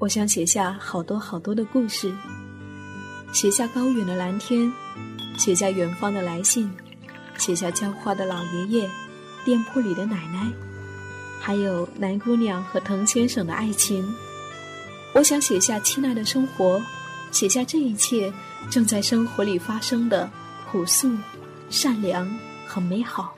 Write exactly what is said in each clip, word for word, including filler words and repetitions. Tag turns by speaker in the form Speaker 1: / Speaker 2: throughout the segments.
Speaker 1: 我想写下好多好多的故事，写下高远的蓝天，写下远方的来信，写下浇花的老爷爷，店铺里的奶奶，还有南姑娘和滕先生的爱情。我想写下亲爱的生活，写下这一切正在生活里发生的朴素、善良和美好。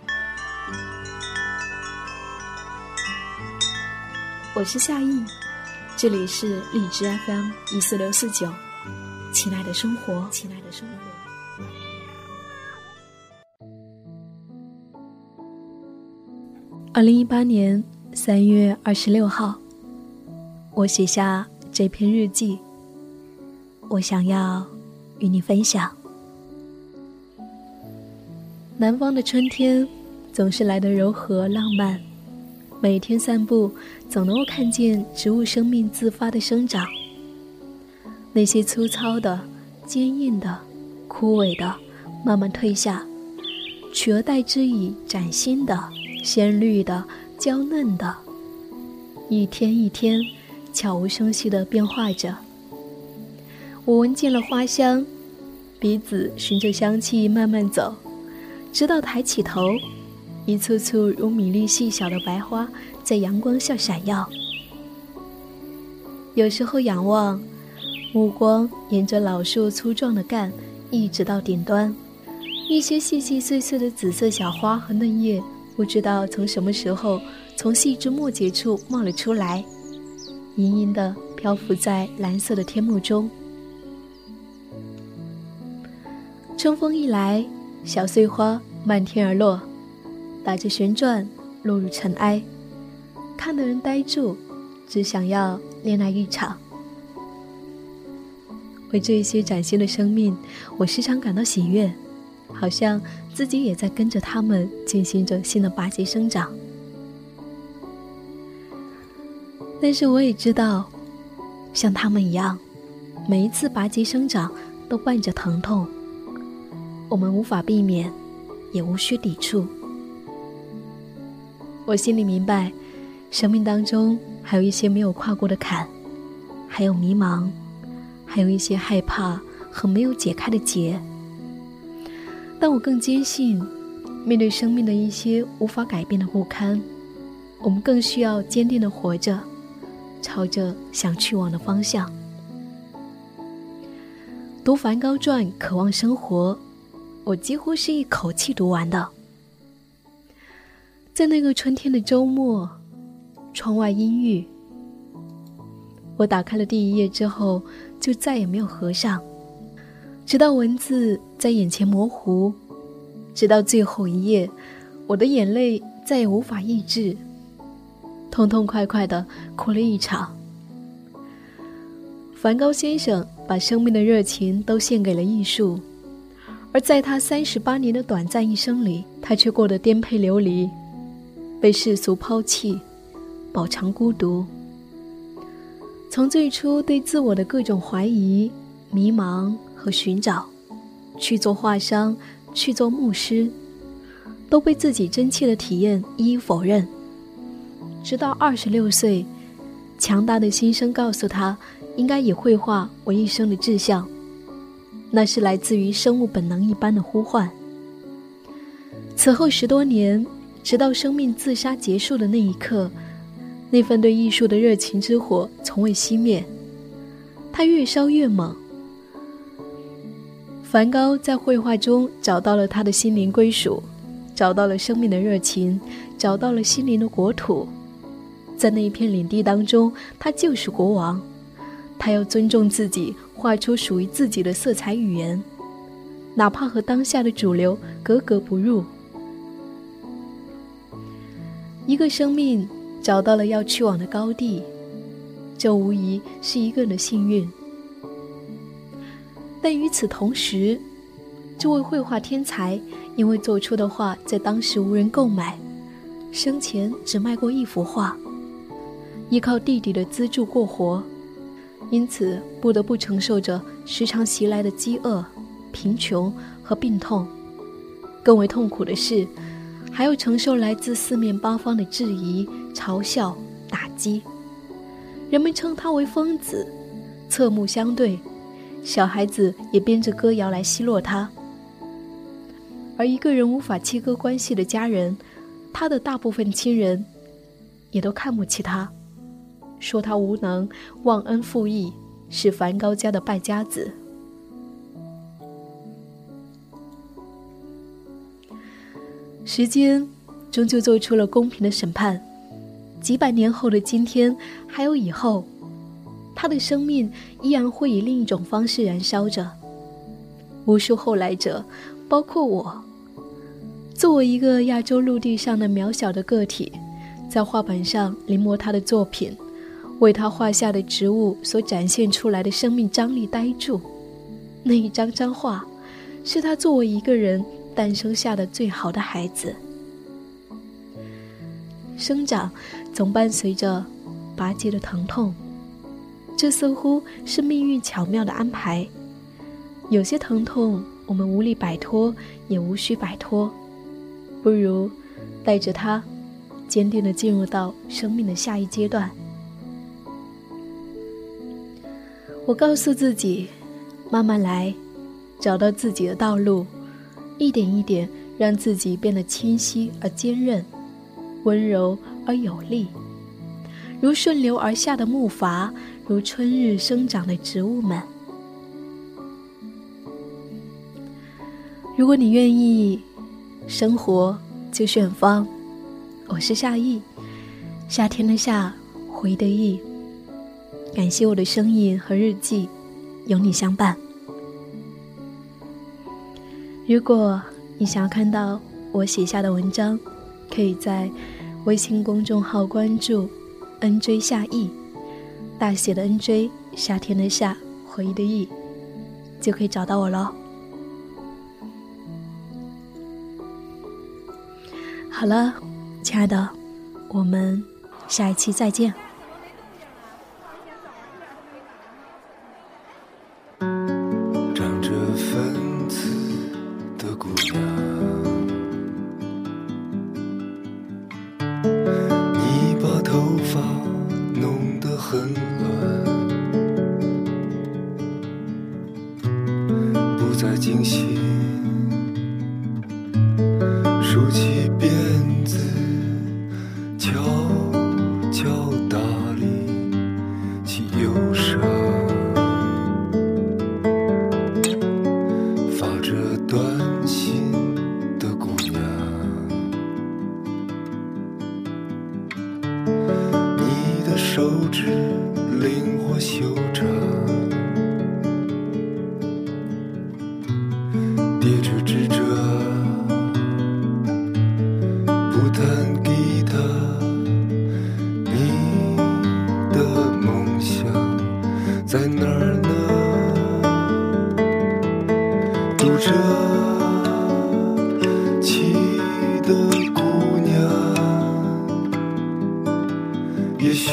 Speaker 1: 我是夏意，这里是荔枝 F M 一四六四九，亲爱的生活，亲爱的生活。二零一八年三月二十六号，我写下这篇日记，我想要与你分享。南方的春天总是来得柔和浪漫，每天散步总能够看见植物生命自发的生长，那些粗糙的、坚硬的、枯萎的慢慢退下，取而代之以崭新的、鲜绿的、娇嫩的，一天一天悄无声息地变化着。我闻见了花香，鼻子循着香气慢慢走，直到抬起头，一簇簇如米粒细小的白花在阳光下闪耀。有时候仰望，目光沿着老树粗壮的干一直到顶端，一些细细碎碎的紫色小花和嫩叶不知道从什么时候从细枝末节处冒了出来，盈盈地漂浮在蓝色的天幕中。春风一来，小碎花漫天而落，打着旋转落入尘埃，看得人呆住，只想要恋爱一场。为这些崭新的生命，我时常感到喜悦，好像自己也在跟着他们进行着新的拔节生长。但是我也知道，像他们一样，每一次拔节生长都伴着疼痛，我们无法避免，也无需抵触。我心里明白，生命当中还有一些没有跨过的坎，还有迷茫，还有一些害怕和没有解开的结。但我更坚信，面对生命的一些无法改变的不堪，我们更需要坚定地活着，朝着想去往的方向。读梵高传《渴望生活》，我几乎是一口气读完的。在那个春天的周末，窗外阴郁，我打开了第一页之后就再也没有合上，直到文字在眼前模糊，直到最后一页，我的眼泪再也无法抑制，痛痛快快地哭了一场。梵高先生把生命的热情都献给了艺术，而在他三十八年的短暂一生里，他却过得颠沛流离，被世俗抛弃，饱尝孤独。从最初对自我的各种怀疑、迷茫和寻找，去做画商，去做牧师，都被自己真切的体验一一否认。直到二十六岁，强大的心声告诉他，应该以绘画为一生的志向，那是来自于生物本能一般的呼唤。此后十多年，直到生命自杀结束的那一刻，那份对艺术的热情之火从未熄灭，它越烧越猛。梵高在绘画中找到了他的心灵归属，找到了生命的热情，找到了心灵的国土。在那一片领地当中，他就是国王，他要尊重自己，画出属于自己的色彩语言，哪怕和当下的主流格格不入。一个生命找到了要去往的高地，这无疑是一个人的幸运。但与此同时，这位绘画天才因为做出的画在当时无人购买，生前只卖过一幅画，依靠弟弟的资助过活，因此不得不承受着时常袭来的饥饿、贫穷和病痛。更为痛苦的是，还要承受来自四面八方的质疑、嘲笑、打击。 人们称他为疯子，侧目相对，小孩子也编着歌谣来奚落他。而一个人无法切割关系的家人，他的大部分亲人也都看不起他，说他无能，忘恩负义，是梵高家的败家子。时间终究做出了公平的审判，几百年后的今天，还有以后，他的生命依然会以另一种方式燃烧着。无数后来者，包括我，作为一个亚洲陆地上的渺小的个体，在画板上临摹他的作品，为他画下的植物所展现出来的生命张力呆住。那一张张画，是他作为一个人诞生下的最好的孩子。生长总伴随着拔节的疼痛，这似乎是命运巧妙的安排。有些疼痛我们无力摆脱，也无需摆脱，不如带着它坚定地进入到生命的下一阶段。我告诉自己，慢慢来，找到自己的道路，一点一点让自己变得清晰而坚韧，温柔而有力，如顺流而下的木筏，如春日生长的植物们。如果你愿意，生活就是远方。我是夏意，夏天的夏，回的意。感谢我的声音和日记有你相伴。如果你想要看到我写下的文章，可以在微信公众号关注 N J 夏意，大写的 N J， 夏天的夏，回忆的忆，就可以找到我咯。好了，亲爱的，我们下一期再见。
Speaker 2: 长着粉刺的姑娘，你把头发弄得很乱，不再惊喜，竖起辫子，悄悄打理起忧伤，发着短信的姑娘，你的手指灵活修长，叠着支着不弹吉他，你的梦想在哪儿呢？读着气的姑娘，也许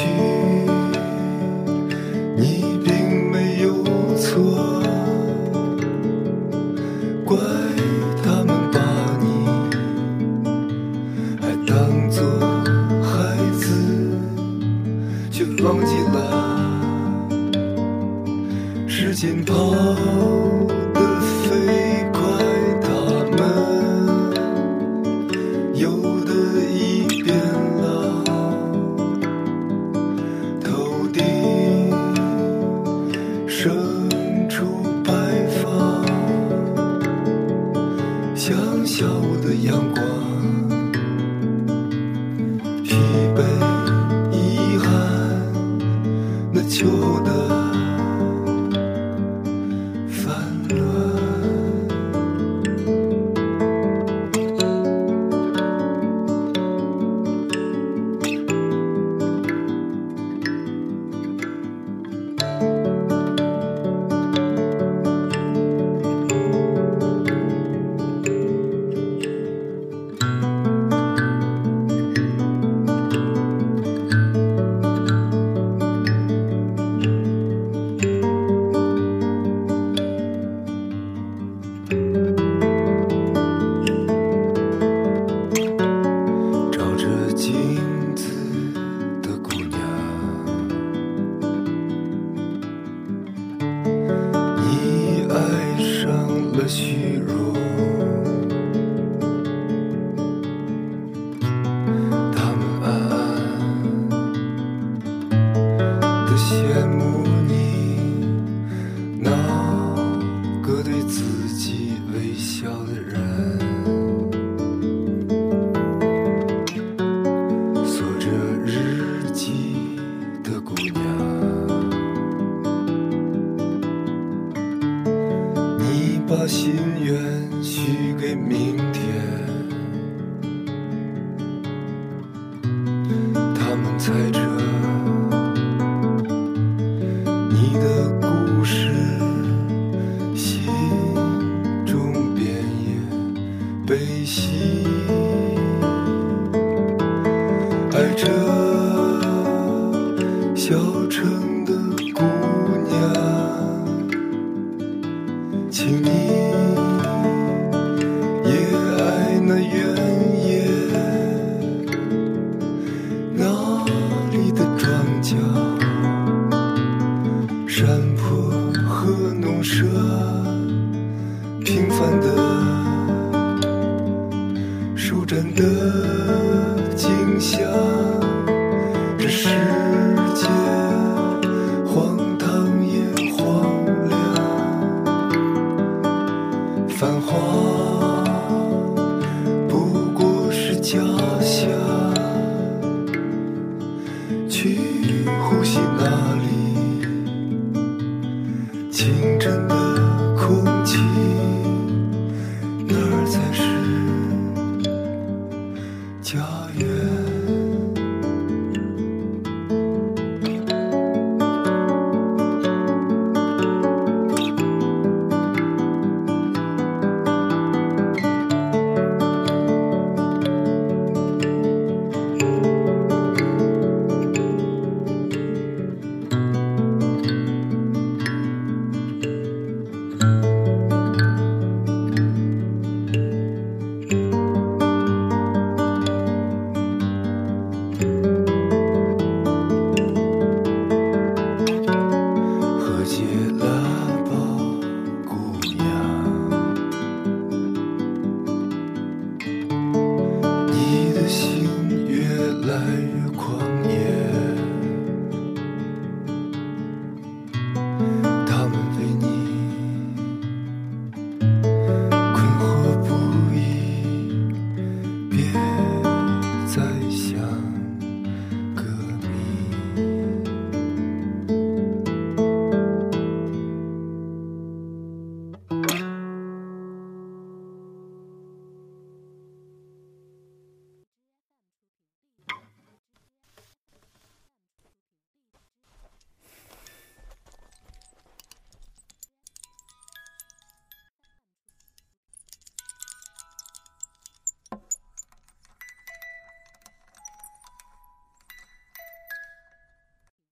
Speaker 2: 你并没有错，怪他们把你还当作孩子，却忘记了时间跑得飞快，他们有的已变老，头顶生出白发，像下午的阳光，疲惫遗憾，那旧的泛了虚荣，他们暗暗地羡慕你那个对自己微笑的人，锁着日记的姑娘，你把心愿许给明天，他们猜着你的故事，心中便也悲喜，爱着小城的姑娘，请你也爱那原野，那里的庄稼，山坡和农舍，平凡的舒展的景象，这世界荒唐也荒凉，繁华不过是假象，去呼吸那里清晨的